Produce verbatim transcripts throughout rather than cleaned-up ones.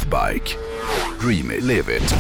Northbike. Dream it, live it.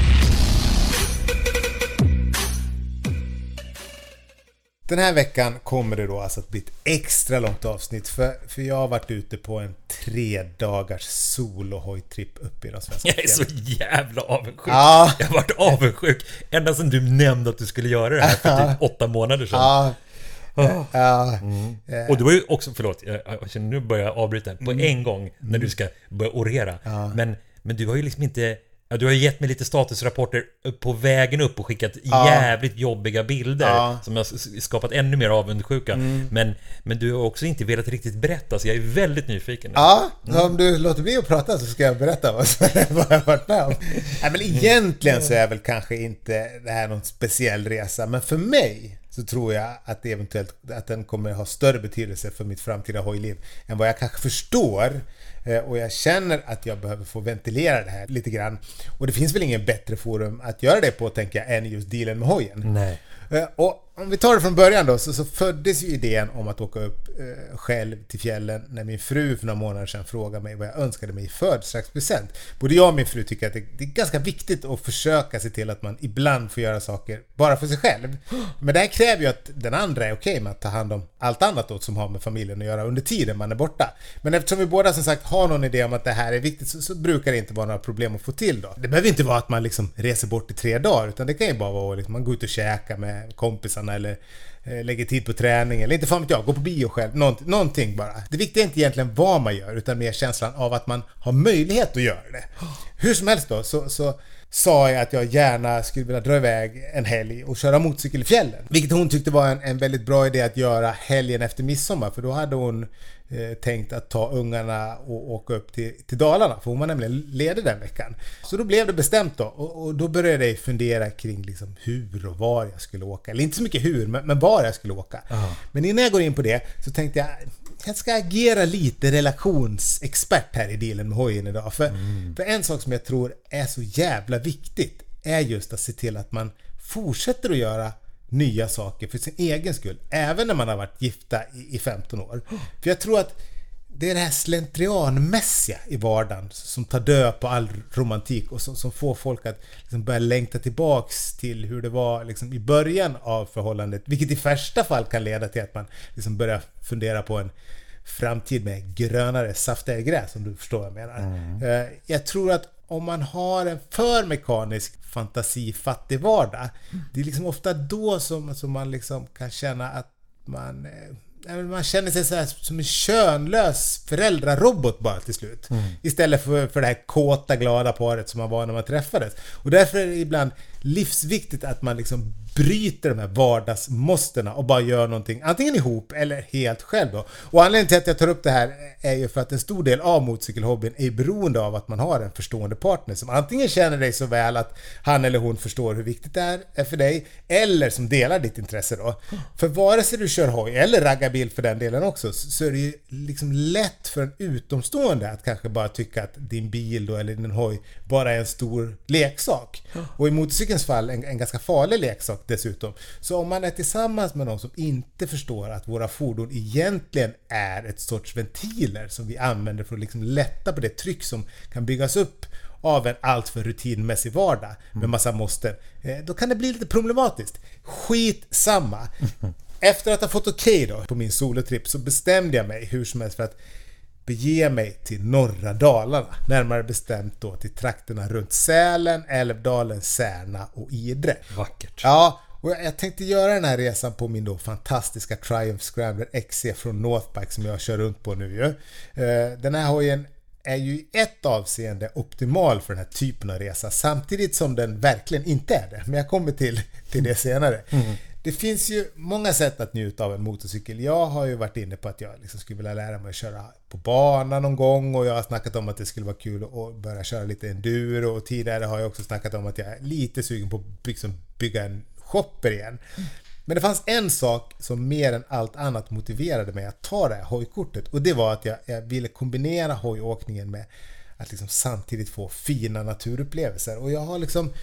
Den här veckan kommer det då alltså att bli ett extra långt avsnitt för, för jag har varit ute på en tre dagars solo-hojtripp uppe i de svenska Jag är så jävla avundsjuk. Ja. Jag har varit avundsjuk ända sedan du nämnde att du skulle göra det här för typ åtta månader sedan. Ja. Oh. Ja. Mm. Och du var ju också, förlåt, jag, jag känner nu börjar jag avbryta på mm. en gång när mm. du ska börja orera. Ja. Men, men du har ju liksom inte... Ja, du har ju gett mig lite statusrapporter på vägen upp och skickat ja. jävligt jobbiga bilder ja. som har skapat ännu mer avundsjuka. Mm. Men, men du har också inte velat riktigt berätta, så jag är väldigt nyfiken. Ja, mm. om du låter bli att prata så ska jag berätta vad, vad jag har varit med om. Nej, men egentligen så är väl kanske inte det här någon speciell resa, men för mig så tror jag att det eventuellt att den kommer ha större betydelse för mitt framtida hojliv än vad jag kanske förstår. Och jag känner att jag behöver få ventilera det här lite grann. Och det finns väl ingen bättre forum att göra det på, tänker jag, än just dealen med hojen. Nej. Och om vi tar det från början då, så, så föddes ju idén om att åka upp eh, själv till fjällen när min fru för några månader sedan frågade mig vad jag önskade mig i födelsedagspresent. Både jag och min fru tycker att det, det är ganska viktigt att försöka se till att man ibland får göra saker bara för sig själv. Men det här kräver ju att den andra är okej med att ta hand om allt annat då, som har med familjen att göra under tiden man är borta. Men eftersom vi båda som sagt har någon idé om att det här är viktigt, så, så brukar det inte vara några problem att få till då. Det behöver inte vara att man liksom reser bort i tre dagar, utan det kan ju bara vara att liksom, man går ut och käkar med kompisarna eller eh, lägger tid på träning eller inte fan vet jag, gå på bio själv, Nånt, någonting bara. Det viktiga är inte egentligen vad man gör, utan mer känslan av att man har möjlighet att göra det. Hur som helst då, så, så sa jag att jag gärna skulle vilja dra iväg en helg och köra motorcykel i fjällen. Vilket hon tyckte var en, en väldigt bra idé att göra helgen efter midsommar, för då hade hon eh, tänkt att ta ungarna och åka upp till, till Dalarna, för hon var nämligen ledig den veckan. Så då blev det bestämt då, och, och då började jag fundera kring liksom hur och var jag skulle åka. Eller inte så mycket hur, men, men var jag skulle åka. Uh-huh. Men innan jag går in på det så tänkte jag jag ska agera lite relationsexpert här i dealen med hojen idag. För, mm. för en sak som jag tror är så jävla viktigt är just att se till att man fortsätter att göra nya saker för sin egen skull. Även när man har varit gifta i, i femton år. För jag tror att det är det här slentrianmässiga i vardagen som tar död på all romantik och som, som får folk att liksom börja längta tillbaks till hur det var liksom i början av förhållandet. Vilket i första fall kan leda till att man liksom börjar fundera på en framtid med grönare, saftigare gräs, om du förstår vad jag menar. Mm. Jag tror att om man har en för mekanisk, fantasifattig vardag, mm. det är liksom ofta då som, som man liksom kan känna att man... Man känner sig så här som en könlös föräldrarobot bara till slut. Mm. Istället för, för det här kåta, glada paret som man var när man träffades. Och därför är det ibland livsviktigt att man liksom bryter de här vardagsmåsterna och bara gör någonting antingen ihop eller helt själv då. Och anledningen till att jag tar upp det här är ju för att en stor del av motorcykelhobbyn är beroende av att man har en förstående partner som antingen känner dig så väl att han eller hon förstår hur viktigt det är för dig, eller som delar ditt intresse då. För vare sig du kör hoj eller raggarbil för den delen också, så är det ju liksom lätt för en utomstående att kanske bara tycka att din bil då, eller din hoj bara är en stor leksak. Och i motorcykelns fall en, en ganska farlig leksak dessutom. Så om man är tillsammans med någon som inte förstår att våra fordon egentligen är ett sorts ventiler som vi använder för att liksom lätta på det tryck som kan byggas upp av en alltför rutinmässig vardag med massa måsten, då kan det bli lite problematiskt. Skit samma. Efter att ha fått okej då på min solotripp så bestämde jag mig hur som helst för att bege mig till norra Dalarna, närmare bestämt då till trakterna runt Sälen, Älvdalen, Särna och Idre. Vackert. Ja, och jag tänkte göra den här resan på min då fantastiska Triumph Scrambler X C från Northbike som jag kör runt på nu ju. Den här hojen är ju i ett avseende optimal för den här typen av resa, samtidigt som den verkligen inte är det. Men jag kommer till, till det senare. Mm. Det finns ju många sätt att njuta av en motorcykel. Jag har ju varit inne på att jag liksom skulle vilja lära mig att köra på bana någon gång, och jag har snackat om att det skulle vara kul att börja köra lite enduro, och tidigare har jag också snackat om att jag är lite sugen på att liksom bygga en shopper igen. Mm. Men det fanns en sak som mer än allt annat motiverade mig att ta det här hojkortet, och det var att jag, jag ville kombinera hojåkningen med att liksom samtidigt få fina naturupplevelser. Och jag har liksom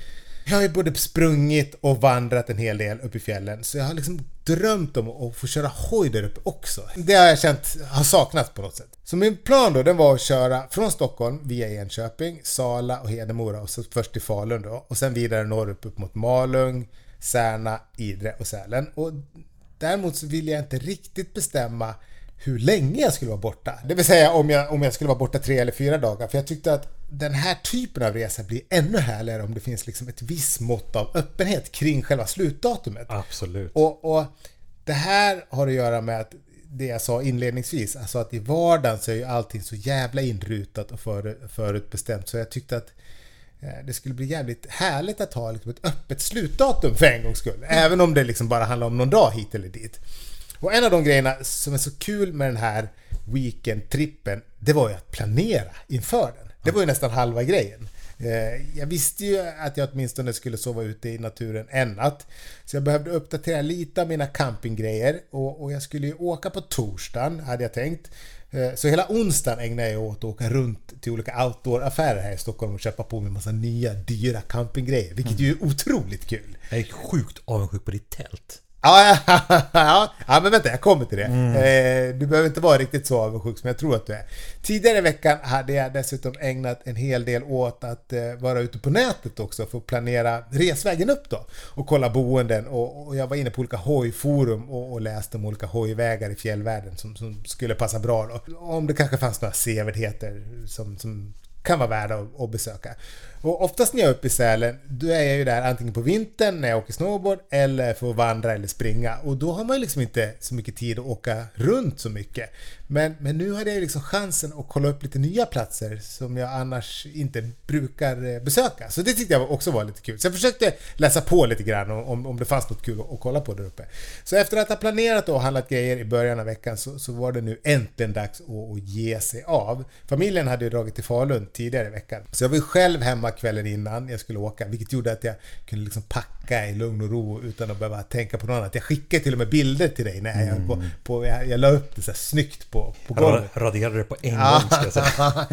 Jag har ju både sprungit och vandrat en hel del upp i fjällen, så jag har liksom drömt om att få köra hoj där uppe också. Det har jag känt har saknats på något sätt. Så min plan då, den var att köra från Stockholm via Enköping, Sala och Hedemora och så först till Falun då, och sen vidare norrut upp mot Malung, Särna, Idre och Sälen. Och däremot så vill jag inte riktigt bestämma hur länge jag skulle vara borta. Det vill säga om jag, om jag skulle vara borta tre eller fyra dagar. För jag tyckte att den här typen av resa blir ännu härligare om det finns liksom ett visst mått av öppenhet kring själva slutdatumet. Absolut. Och, och det här har att göra med att det jag sa inledningsvis, alltså att i vardagen så är ju allting så jävla inrutat och för, förutbestämt. Så jag tyckte att det skulle bli jävligt härligt att ha liksom ett öppet slutdatum för en gångs skull. Även om det liksom bara handlar om någon dag hit eller dit. Och en av de grejerna som är så kul med den här weekendtrippen, det var ju att planera inför den. Det var ju nästan halva grejen. Jag visste ju att jag åtminstone skulle sova ute i naturen en natt. Så jag behövde uppdatera lite av mina campinggrejer. Och, och jag skulle ju åka på torsdagen, hade jag tänkt. Så hela onsdagen ägnade jag åt att åka runt till olika outdoor-affärer här i Stockholm och köpa på mig en massa nya, dyra campinggrejer. Vilket ju är otroligt kul. Jag är sjukt avundsjuk på ditt tält. Ja, ja, ja, ja, men vänta, jag kommer till det. Mm. Eh, du behöver inte vara riktigt så avundsjuk som jag tror att du är. Tidigare i veckan hade jag dessutom ägnat en hel del åt att eh, vara ute på nätet också för att planera resvägen upp då. Och kolla boenden. Och, och jag var inne på olika hojforum och, och läste om olika hojvägar i fjällvärlden som, som skulle passa bra då. Om det kanske fanns några sevärdheter som... som kan vara värda att, att besöka. Och oftast när jag är uppe i Sälen, då är jag ju där antingen på vintern när jag åker snowboard eller för att vandra eller springa. Och då har man ju liksom inte så mycket tid att åka runt så mycket. Men, men nu hade jag liksom chansen att kolla upp lite nya platser som jag annars inte brukar besöka. Så det tyckte jag också var lite kul. Så jag försökte läsa på lite grann om, om det fanns något kul att, att kolla på där uppe. Så efter att ha planerat och handlat grejer i början av veckan så, så var det nu äntligen dags att, att ge sig av. Familjen hade ju dragit till Falun tidigare i veckan. Så jag var själv hemma kvällen innan jag skulle åka, vilket gjorde att jag kunde liksom packa i lugn och ro utan att behöva tänka på något annat. Jag skickade till och med bilder till dig när jag, mm. på, på, jag, jag la upp det så här snyggt på, på golvet. Raderade det på en gång, ska jag säga.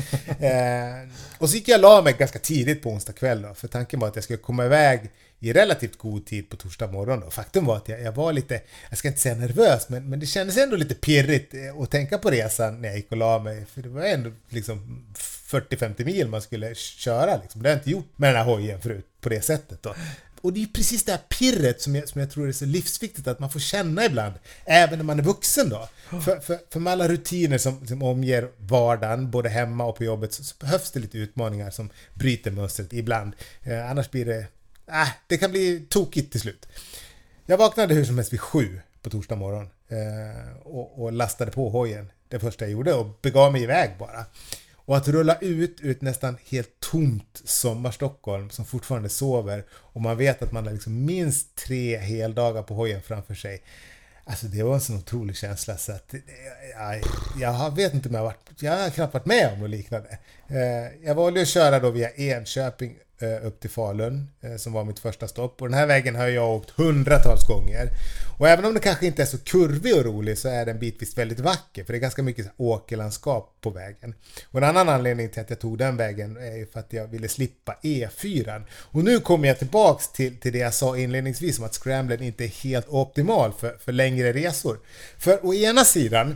eh, och så gick jag la mig ganska tidigt på onsdag kväll då, för tanken var att jag skulle komma iväg i relativt god tid på torsdag morgon då. Faktum var att jag, jag var lite, jag ska inte säga nervös, men, men det kändes ändå lite pirrigt att tänka på resan när jag gick och la mig. För det var ändå liksom fyrtio till femtio mil man skulle köra. Liksom. Det har jag inte gjort med den här hojen förut på det sättet då. Och det är precis det här pirret som jag, som jag tror är så livsviktigt att man får känna ibland, även när man är vuxen då. För, för, för med alla rutiner som, som omger vardagen, både hemma och på jobbet, så, så behövs det lite utmaningar som bryter mönstret ibland. Eh, annars blir det Äh, det kan bli tokigt till slut. Jag vaknade hur som helst vid sju på torsdag morgon eh, och, och lastade på hojen det första jag gjorde och begav mig iväg bara. Och att rulla ut ut nästan helt tomt Sommarstockholm som fortfarande sover och man vet att man har liksom minst tre heldagar på hojen framför sig. Alltså det var en sån otrolig känsla så att jag, jag vet inte om jag har varit, jag har knappt varit med om något liknande. Eh, jag valde att köra då via Enköping upp till Falun som var mitt första stopp. Och den här vägen har jag åkt hundratals gånger. Och även om det kanske inte är så kurvig och rolig så är den bitvis väldigt vacker. För det är ganska mycket åkerlandskap på vägen. Och en annan anledning till att jag tog den vägen är för att jag ville slippa E fyra. Och nu kommer jag tillbaks till, till det jag sa inledningsvis om att scramblen inte är helt optimal för, för längre resor. För å ena sidan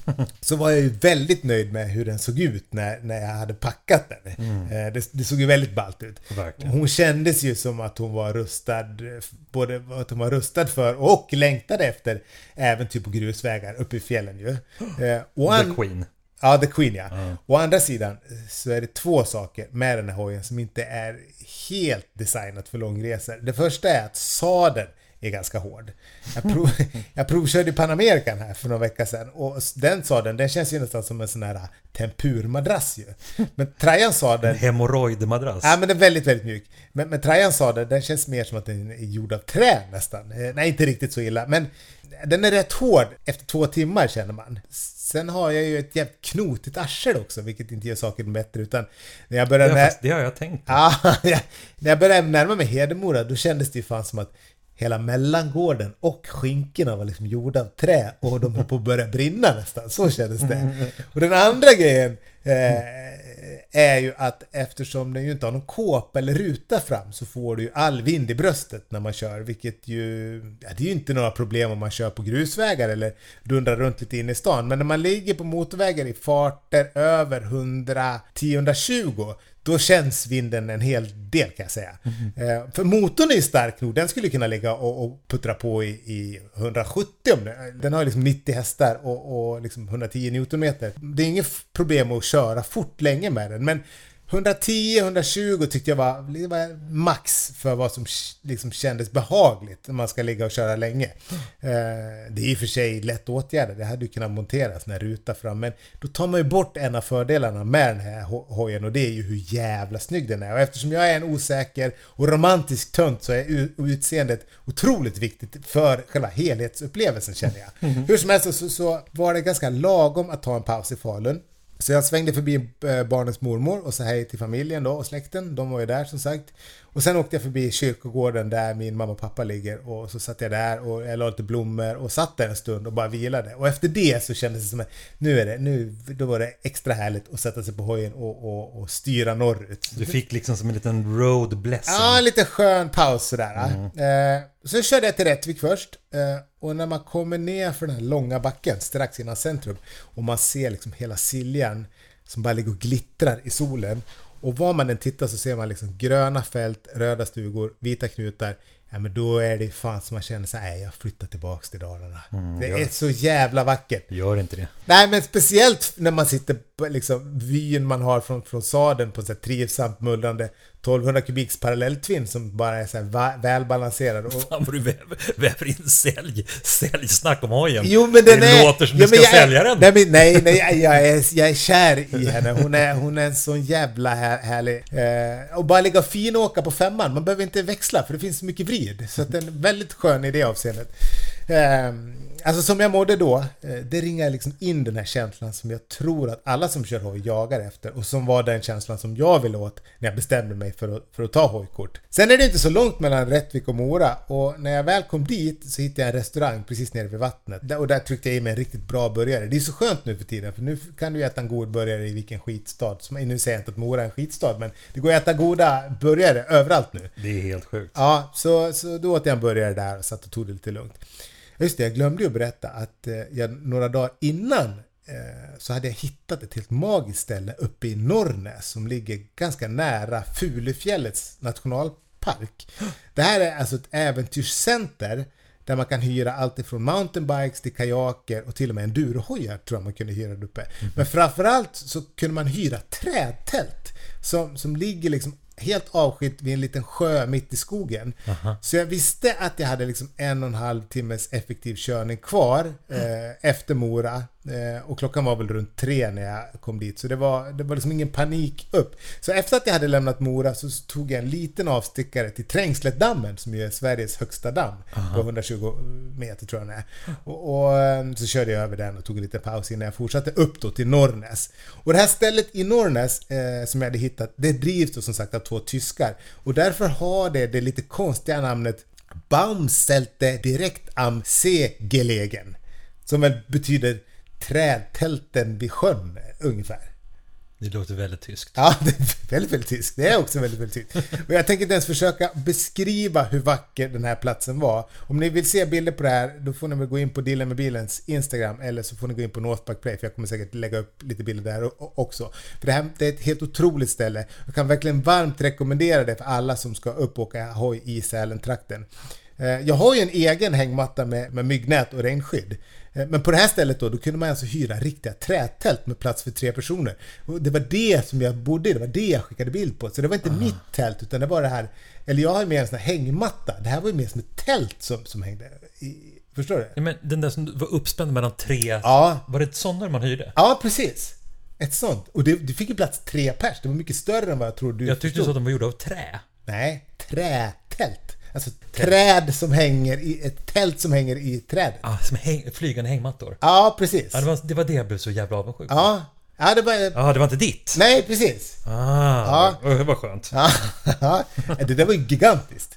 så var jag ju väldigt nöjd med hur den såg ut när, när jag hade packat den. Mm. Det, det såg ju väldigt ballt ut. Verkligen. Hon kändes ju som att hon var rustad, både att hon var rustad för och längtade efter äventyr på grusvägar uppe i fjällen ju. Och an- The Queen. Ja, The Queen, ja. Mm. Å andra sidan så är det två saker med den här hojen som inte är helt designat för långresor. Det första är att sadeln är ganska hård. Jag, prov, jag provkörde i Panamerikan här för några veckor sedan och den sadeln, den känns ju nästan som en sån här tempurmadrass ju. Men Trajan sadeln... En hemorrojdmadrass. Ja, men den är väldigt, väldigt mjuk. Men, men Trajan sadeln, den känns mer som att den är gjord av trä nästan. Nej, inte riktigt så illa. Men den är rätt hård efter två timmar känner man. Sen har jag ju ett jävligt knotigt arsel också, vilket inte gör saken bättre, utan när jag började... Ja, när... fast det har jag tänkt. Ja, när jag började närma mig Hedemora, då kändes det ju fan som att hela mellangården och skinkorna var liksom gjorda av trä och de höll på att börja brinna nästan. Så kändes det. Och den andra grejen eh, är ju att eftersom den ju inte har någon kåp eller ruta fram så får du ju all vind i bröstet när man kör, vilket ju, ja, det är ju inte några problem om man kör på grusvägar eller dundrar runt lite in i stan, men när man ligger på motorvägar i farter över hundratio till hundratjugo, då känns vinden en hel del, kan jag säga. Mm. Eh, för motorn är ju stark nog, den skulle kunna ligga och, och puttra på i, i hundrasjuttio om det. Den har ju liksom nittio hästar och, och liksom hundratio newtonmeter. Det är inget problem att köra fort länge med den, men hundratio till hundratjugo tyckte jag var, det var max för vad som liksom kändes behagligt när man ska ligga och köra länge. Mm. Det är i och för sig lätt åtgärder. Det hade ju kunnat monteras när ruta fram, men då tar man ju bort en av fördelarna med den här hojen, och det är ju hur jävla snygg den är. Och eftersom jag är en osäker och romantisk tönt så är utseendet otroligt viktigt för själva helhetsupplevelsen, känner jag. Mm. Hur som helst så, så var det ganska lagom att ta en paus i Falun. Så jag svängde förbi barnens mormor och sa hej till familjen då och släkten. De var ju där som sagt. Och sen åkte jag förbi kyrkogården där min mamma och pappa ligger. Och så satt jag där och jag la lite blommor och satt där en stund och bara vilade. Och efter det så kändes det som att nu är det, nu, då var det extra härligt att sätta sig på hojen och, och, och styra norrut. Du fick liksom som en liten road blessing. Ja, en liten skön paus sådär. Mm. Eh, så körde jag till Rättvik först. Eh, och när man kommer ner för den här långa backen strax innan centrum och man ser liksom hela Siljan som bara ligger och glittrar i solen. Och var man än tittar så ser man liksom gröna fält, röda stugor, vita knutar. Ja, men då är det fan som man känner så här, jag flyttar tillbaks till Dalarna. Mm, det är så jävla vackert. Gör inte det. Nej, men speciellt när man sitter på liksom vyn man har från, från sadeln på så här trivsamt mullrande tolvhundra kubiks parallelltvinn som bara är så här va- välbalanserad. Och... Fan vad du väver, väver in sälj, säljsnack om hojen. Jo, men den det är... låter som ja, du ska jag, sälja den. Nej, men, nej, nej jag, jag, är, jag är kär i henne. Hon är, hon är en sån jävla här, härlig. Eh, och bara ligga och finåka på femman. Man behöver inte växla för det finns så mycket vrid. Så att den är väldigt skön i det avseendet. Eh, alltså som jag mådde då, eh, det ringar liksom in den här känslan som jag tror att alla som kör hoj jagar efter. Och som var den känslan som jag ville åt när jag bestämde mig för att, för att ta hojkort. Sen är det inte så långt mellan Rättvik och Mora. Och när jag väl kom dit så hittade jag en restaurang precis nere vid vattnet. Och där tryckte jag i mig en riktigt bra burgare. Det är så skönt nu för tiden. För nu kan du äta en god burgare i vilken skitstad. Som, nu säger jag inte att Mora är en skitstad. Men det går att äta goda burgare överallt nu. Det är helt sjukt. Ja, så, så då åt jag en burgare där och satt och tog det lite lugnt. Just det, jag glömde ju att berätta att eh, jag några dagar innan eh, så hade jag hittat ett helt magiskt ställe uppe i Norrnäs som ligger ganska nära Fulufjällets nationalpark. Det här är alltså ett äventyrscenter där man kan hyra allt ifrån mountainbikes till kajaker och till och med endurohojar tror jag man kunde hyra där uppe. Mm. Men framförallt så kunde man hyra trädtält som, som ligger liksom helt avskilt vid en liten sjö mitt i skogen. Aha. Så jag visste att jag hade liksom en och en halv timmes effektiv körning kvar eh, efter Mora. Eh, och klockan var väl runt tre när jag kom dit. Så det var, det var liksom ingen panik upp. Så efter att jag hade lämnat Mora så tog jag en liten avstickare till Trängsletdammen som ju är Sveriges högsta damm. Aha. På hundratjugo meter tror jag den är. Och, och så körde jag över den och tog en liten paus innan jag fortsatte upp då till Norrnäs. Och det här stället i Norrnäs eh, som jag hade hittat, det drivs då som sagt av två tyskar. Och därför har det det lite konstiga namnet Baumzelte direkt am See gelegen. Som väl betyder trädtälten vid sjön ungefär. Det låter väldigt tyskt. Ja, det är väldigt, väldigt tyskt. Det är också väldigt, väldigt tyskt. Och jag tänker inte ens försöka beskriva hur vacker den här platsen var. Om ni vill se bilder på det här, då får ni väl gå in på Dylan med bilens Instagram eller så får ni gå in på Northpark Play för jag kommer säkert lägga upp lite bilder där också. För det här det är ett helt otroligt ställe. Jag kan verkligen varmt rekommendera det för alla som ska upp och åka hoj i Sälen-trakten. Jag har ju en egen hängmatta med, med myggnät och regnskydd. Men på det här stället då, då kunde man alltså hyra riktiga trätält med plats för tre personer. Och det var det som jag bodde i, det var det jag skickade bild på. Så det var inte ah. mitt tält utan det var det här, eller jag har mer en sån här hängmatta. Det här var ju mer som ett tält som, som hängde i, förstår du? Ja, men den där som var uppspänd mellan tre, ja. Var det ett sånt man hyrde? Ja, precis. Ett sånt. Och det, det fick ju plats tre pers, det var mycket större än vad jag tror du Jag tyckte förstod. så att de var gjorda av trä. Nej, trätält. Alltså träd som hänger i ett tält som hänger i trädet. Ah, som häng, flygande hängmattor. Ja, precis. Ja, det, var, det var det jag blev så jävla avundsjuk på. Ja. Ja, det var Ja, det var inte ditt. Nej, precis. Ah, ja. Det var skönt. Ja. Det där var ju gigantiskt.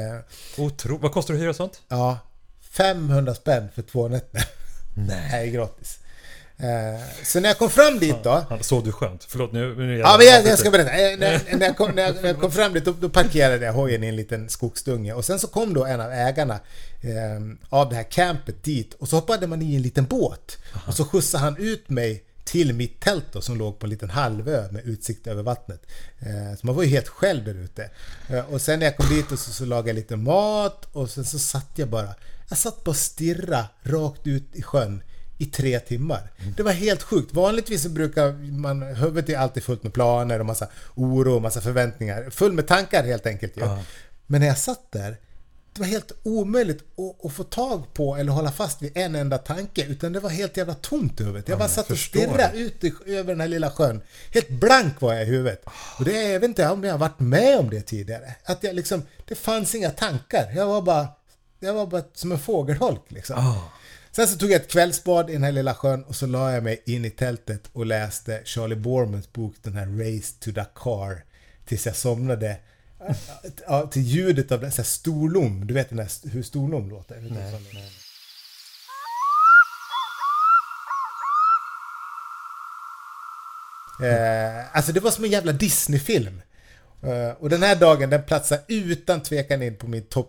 Otro. Vad kostar det att hyra sånt? Ja, femhundra spänn för två nätter. Nej. Det är gratis. Eh, så när jag kom fram dit då... Han såg du skönt? Förlåt, nu... nu ja, men jag, jag ska berätta. Eh, när, när, jag kom, när, jag, när jag kom fram dit, då, då parkerade jag hojen i en liten skogsdunge. Och sen så kom då en av ägarna eh, av det här campet dit. Och så hoppade man i en liten båt. Aha. Och så skjutsade han ut mig till mitt tält då, som låg på en liten halvö med utsikt över vattnet. Eh, så man var ju helt själv där ute. Eh, och sen när jag kom dit och så, så lagade jag lite mat. Och sen så satt jag bara... Jag satt bara och stirra rakt ut i sjön i tre timmar. Mm. Det var helt sjukt. Vanligtvis så brukar man, huvudet är alltid fullt med planer och massa oro och massa förväntningar. Full med tankar helt enkelt. Ja. Uh-huh. Men när jag satt där, det var helt omöjligt att, att få tag på eller hålla fast vid en enda tanke, utan det var helt jävla tomt i huvudet. Jag bara satt och stirrade ut i, över den här lilla sjön. Helt blank var jag i huvudet. Och det är, jag vet inte om jag har varit med om det tidigare. Att jag liksom, det fanns inga tankar. Jag var bara, jag var bara som en fågelholk liksom. Oh. Sen så tog jag ett kvällsbad i den här lilla sjön och så la jag mig in i tältet och läste Charlie Bormans bok, den här Race to Dakar, tills jag somnade till ljudet av den här storlom. Du vet den här, hur storlom låter? Nej, nej. Eh, alltså det var som en jävla Disney-film. Eh, och den här dagen, den platsar utan tvekan in på min topp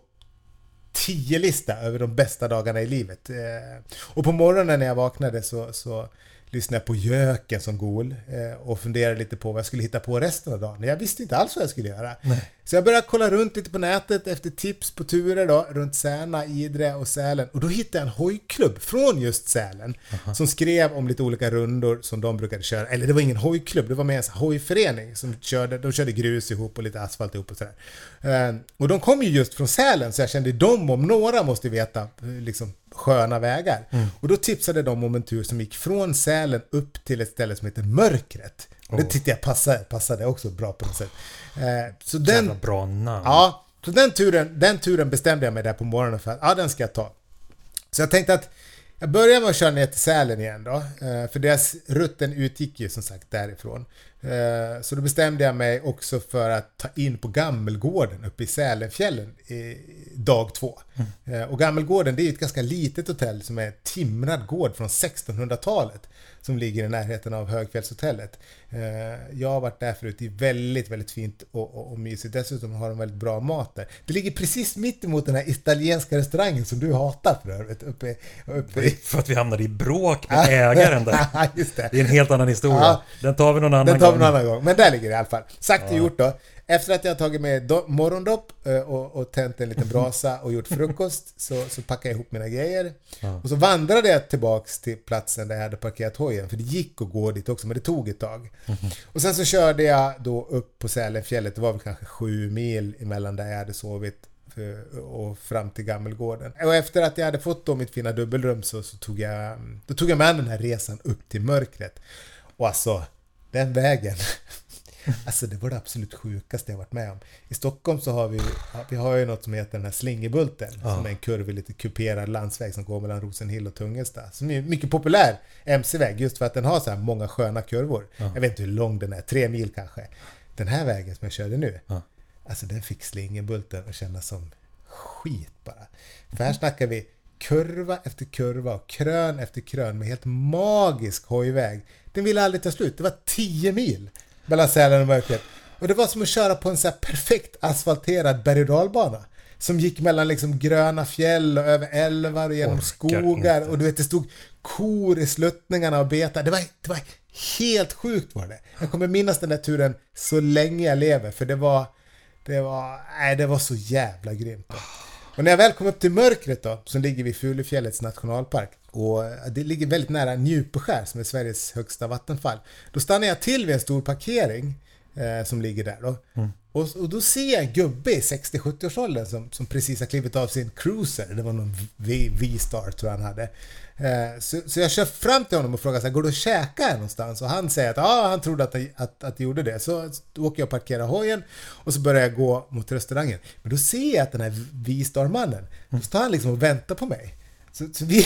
tio-lista över de bästa dagarna i livet. Eh, och på morgonen när jag vaknade så, så lyssnade jag på Jöken som gol eh, och funderade lite på vad jag skulle hitta på resten av dagen. Jag visste inte alls vad jag skulle göra. Nej. Så jag började kolla runt lite på nätet efter tips på turer då, runt Särna, Idre och Sälen. Och då hittade jag en hojklubb från just Sälen. Aha. Som skrev om lite olika rundor som de brukade köra. Eller det var ingen hojklubb, det var mer en hojförening som körde, de körde grus ihop och lite asfalt ihop och sådär. Eh, och de kom ju just från Sälen, så jag kände att de om några måste veta liksom sköna vägar. Mm. Och då tipsade de om en tur som gick från Sälen upp till ett ställe som heter Mörkret. Och det tyckte jag passade, passade också bra på något sätt. Eh, så den, jävla bra namn. Ja, så den turen, den turen bestämde jag mig där på morgonen för att ja, den ska jag ta. Så jag tänkte att jag börjar med att köra ner till Sälen igen då. Eh, för deras rutten utgick ju som sagt därifrån. Eh, så då bestämde jag mig också för att ta in på Gammelgården uppe i Sälenfjällen i dag två. Mm. Eh, och Gammelgården, det är ett ganska litet hotell som är en timrad gård från sextonhundratalet som ligger i närheten av Högfjällshotellet. Eh, jag har varit där förut, det är väldigt, väldigt fint och, och, och mysigt. Dessutom har de väldigt bra mat där. Det ligger precis mitt emot den här italienska restaurangen som du hatar för övrigt. Uppe, uppe i... För att vi hamnade i bråk med ägaren där. Just det. Det är en helt annan historia. Ja, den tar vi någon annan den tar vi gång. någon annan gång. Men där ligger det i alla fall. Sagt och ja. gjort då. Efter att jag har tagit med do- morgondopp och, och tänt en liten brasa och gjort frukost så, så packade jag ihop mina grejer. Ja. Och så vandrade jag tillbaks till platsen där jag hade parkerat hojen. För det gick att gå dit också, men det tog ett tag. Mm-hmm. Och sen så körde jag då upp på Sälenfjället. Det var väl kanske sju mil emellan där jag hade sovit för, och fram till Gammelgården. Och efter att jag hade fått då mitt fina dubbelrum så, så tog jag då tog jag med den här resan upp till Mörkret. Och alltså, den vägen... Alltså det var det absolut sjukaste jag varit med om. I Stockholm så har vi, vi har ju något som heter den här Slingebulten. Ja. Som är en kurvig, lite kuperad landsväg som går mellan Rosenhill och Tungelsta. Som är mycket populär M C-väg just för att den har så här många sköna kurvor. Ja. Jag vet inte hur lång den är, tre mil kanske. Den här vägen som jag körde nu, ja. Alltså den fick Slingebulten att kännas som skit bara. För här snackar vi kurva efter kurva och krön efter krön med helt magisk hojväg. Den ville aldrig ta slut. Det var tio mil mellan Sälen och Mörkret. Och det var som att köra på en så här perfekt asfalterad berg- och dalbana som gick mellan liksom gröna fjäll och över älvar och genom skogar. Inte. Och du vet, det stod kor i sluttningarna och betade. Det var, det var helt sjukt var det. Jag kommer minnas den där turen så länge jag lever. För det var, det var, nej, det var så jävla grymt. Då. Och när jag väl kom upp till Mörkret då, som ligger vid Fulufjällets nationalpark, och det ligger väldigt nära Njupeskär som är Sveriges högsta vattenfall. Då stannar jag till vid en stor parkering eh, som ligger där då. Mm. Och, och då ser jag en gubbe i sextio-sjuttio-årsåldern som, som precis har klivit av sin cruiser. Det var någon v- V-Star tror jag han hade. Eh, så, så jag kör fram till honom och frågar så här, går du att käka här någonstans? Och han säger att ah, han trodde att, att, att det gjorde det. Så då åker jag och parkerar hojen och så börjar jag gå mot restaurangen. Men då ser jag att den här V-Star-mannen, då står han liksom och väntar på mig. Så, så vi...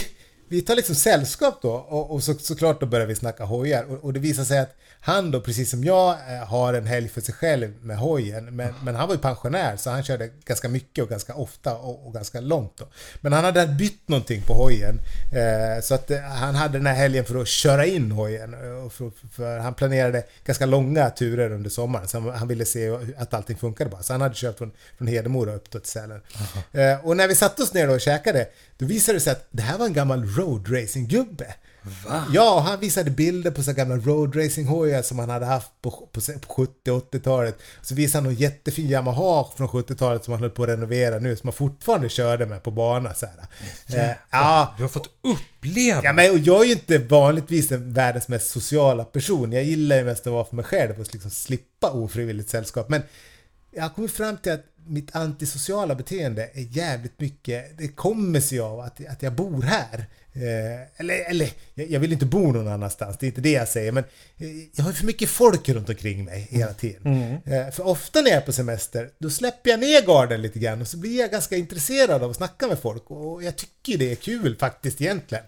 vi tar liksom sällskap då och, och så, såklart då börjar vi snacka hojar och, och det visar sig att han då, precis som jag, har en helg för sig själv med hojen, men, men han var ju pensionär så han körde ganska mycket och ganska ofta och, och ganska långt då. Men han hade bytt någonting på hojen eh, så att eh, han hade den här helgen för att köra in hojen och för, för han planerade ganska långa turer under sommaren så han, han ville se att allting funkade bara. Så han hade kört från, från Hedemora upp till Sälen. Eh, och när vi satt oss ner då och käkade, då visade det sig att det här var en gammal roadracing-gubbe. Va? Ja, han visade bilder på så gamla roadracing-hojar som han hade haft på, på, på sjuttio- och åttiotalet. Så visade han någon jättefin Yamaha från sjuttiotalet som han höll på att renovera nu, som han fortfarande körde med på bana. Så här. Eh, ja. Du har fått uppleva. Ja, men och jag är ju inte vanligtvis en världens mest sociala person. Jag gillar ju mest att vara för mig själv och liksom slippa ofrivilligt sällskap. Men jag har kommit fram till att mitt antisociala beteende är jävligt mycket, det kommer sig av att, att jag bor här. Eh, eller, eller jag vill inte bo någon annanstans, det är inte det jag säger, men eh, jag har för mycket folk runt omkring mig hela tiden. Mm. Eh, för ofta när jag är på semester, då släpper jag ner garden lite grann och så blir jag ganska intresserad av att snacka med folk och jag tycker det är kul faktiskt egentligen.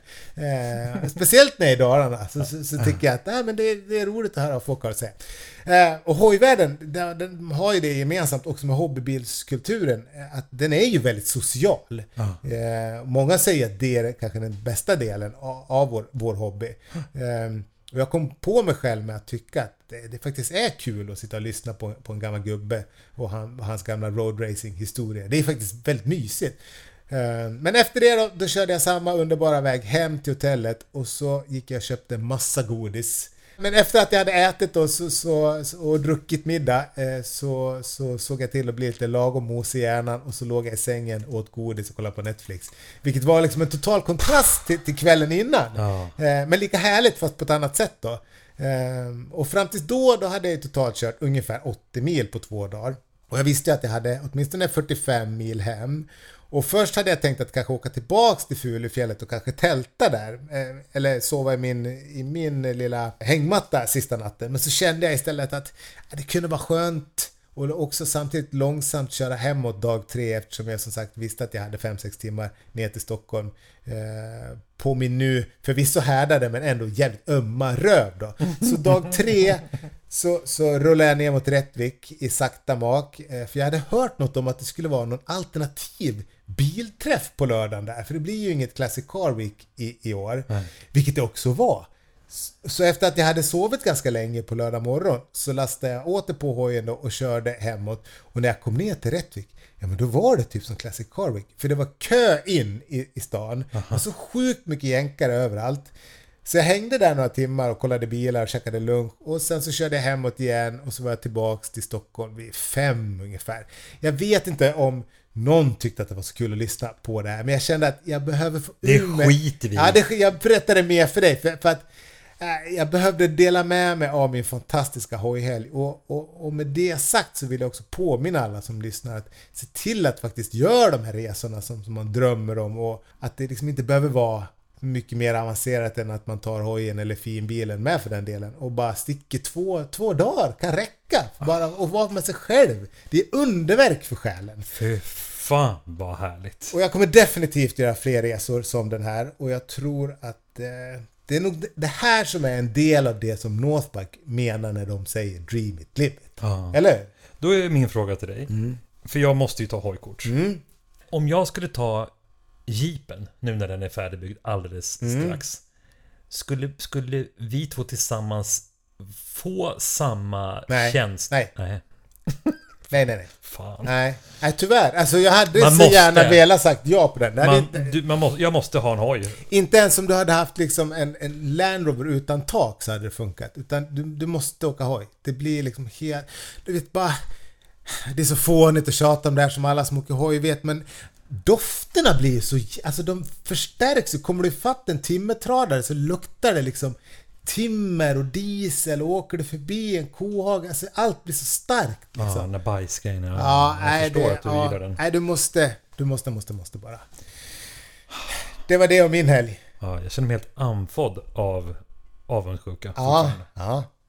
Eh, speciellt när jag är i Dalarna så, så, så tycker jag att äh, men det, det är roligt att höra vad folk har att säga. Eh, och hojvärlden, den, den har ju det gemensamt också med hobbybilskulturen, att den är ju väldigt social. Mm. Eh, många säger att det är kanske den bästa delen av, av vår, vår hobby. Mm. Och jag kom på mig själv med att tycka att det, det faktiskt är kul att sitta och lyssna på, på en gammal gubbe och han, hans gamla roadracing-historia. Det är faktiskt väldigt mysigt. Men efter det då, då körde jag samma underbara väg hem till hotellet och så gick jag och köpte massa godis. Men efter att jag hade ätit och, så, så, och druckit middag så, så såg jag till att bli lite lagom mos i hjärnan och så låg jag i sängen och åt godis och kollade på Netflix. Vilket var liksom en total kontrast till, till kvällen innan. Ja. Men lika härligt fast på ett annat sätt då. Och fram tills då, då hade jag totalt kört ungefär åttio mil på två dagar. Och jag visste att jag hade åtminstone fyrtiofem mil hem. Och först hade jag tänkt att kanske åka tillbaks till Fulufjället och kanske tälta där. Eh, eller sova i min, i min lilla hängmatta sista natten. Men så kände jag istället att ja, det kunde vara skönt. Och också samtidigt långsamt köra hemåt dag tre. Eftersom jag som sagt visste att jag hade fem sex timmar ner till Stockholm. Eh, på min nu förvisso härdade men ändå jävligt ömma röv då. Så dag tre så, så rullade jag ner mot Rättvik i sakta mak. Eh, för jag hade hört något om att det skulle vara någon alternativ bilträff på lördagen där. För det blir ju inget Classic Car Week i, i år. Mm. Vilket det också var. Så efter att jag hade sovit ganska länge på lördag morgon så lastade jag åter på hojen då och körde hemåt. Och när jag kom ner till Rättvik, ja men då var det typ som Classic Car Week. För det var kö in i, i stan. Aha. Och så sjukt mycket jänkare överallt. Så jag hängde där några timmar och kollade bilar och käkade lunch. Och sen så körde jag hemåt igen och så var jag tillbaks till Stockholm vid fem ungefär. Jag vet inte om någon tyckte att det var så kul att lyssna på det här. Men jag kände att jag behöver få det skiter vi. Ja, det, jag berättade mer för dig. För, för att äh, jag behövde dela med mig av min fantastiska hojhelg. Och, och, och med det sagt så vill jag också påminna alla som lyssnar att se till att faktiskt göra de här resorna som, som man drömmer om. Och att det liksom inte behöver vara mycket mer avancerat än att man tar hojen eller finbilen med för den delen. Och bara sticker två, två dagar kan räcka. Bara att vara med sig själv. Det är underverk för själen. Fy fan vad härligt. Och jag kommer definitivt göra fler resor som den här. Och jag tror att eh, det är nog det här som är en del av det som Northbike menar när de säger dream it, live it. Ah. Eller? Då är min fråga till dig. Mm. För jag måste ju ta hojkort. Mm. Om jag skulle ta Jeepen, nu när den är färdigbyggd alldeles mm. strax. Skulle, skulle vi två tillsammans få samma nej, tjänst? Nej. Nej. nej, nej, nej. Fan. Nej, nej tyvärr. Alltså jag hade man så måste, gärna velat sagt ja på den. Man, det, du, man måste, jag måste ha en hoj. Inte ens om du hade haft liksom en, en Land Rover utan tak så hade det funkat. Utan du, du måste åka hoj. Det blir liksom helt... Du vet bara... Det är så fånigt att tjata om det här som alla som åker hoj vet, men dofterna blir så... Alltså de förstärks. Kommer du fatt en timmertradare så luktar det liksom timmer och diesel, och åker du förbi en kohage, alltså allt blir så starkt liksom. Ja, när bajsgrejen. Ja, ja, jag nej, förstår det, att du ja, gillar den. Nej, du måste, du måste, måste, måste bara. Det var det om min helg. Ja, jag känner mig helt andfådd av avundsjuka. Ja, ja.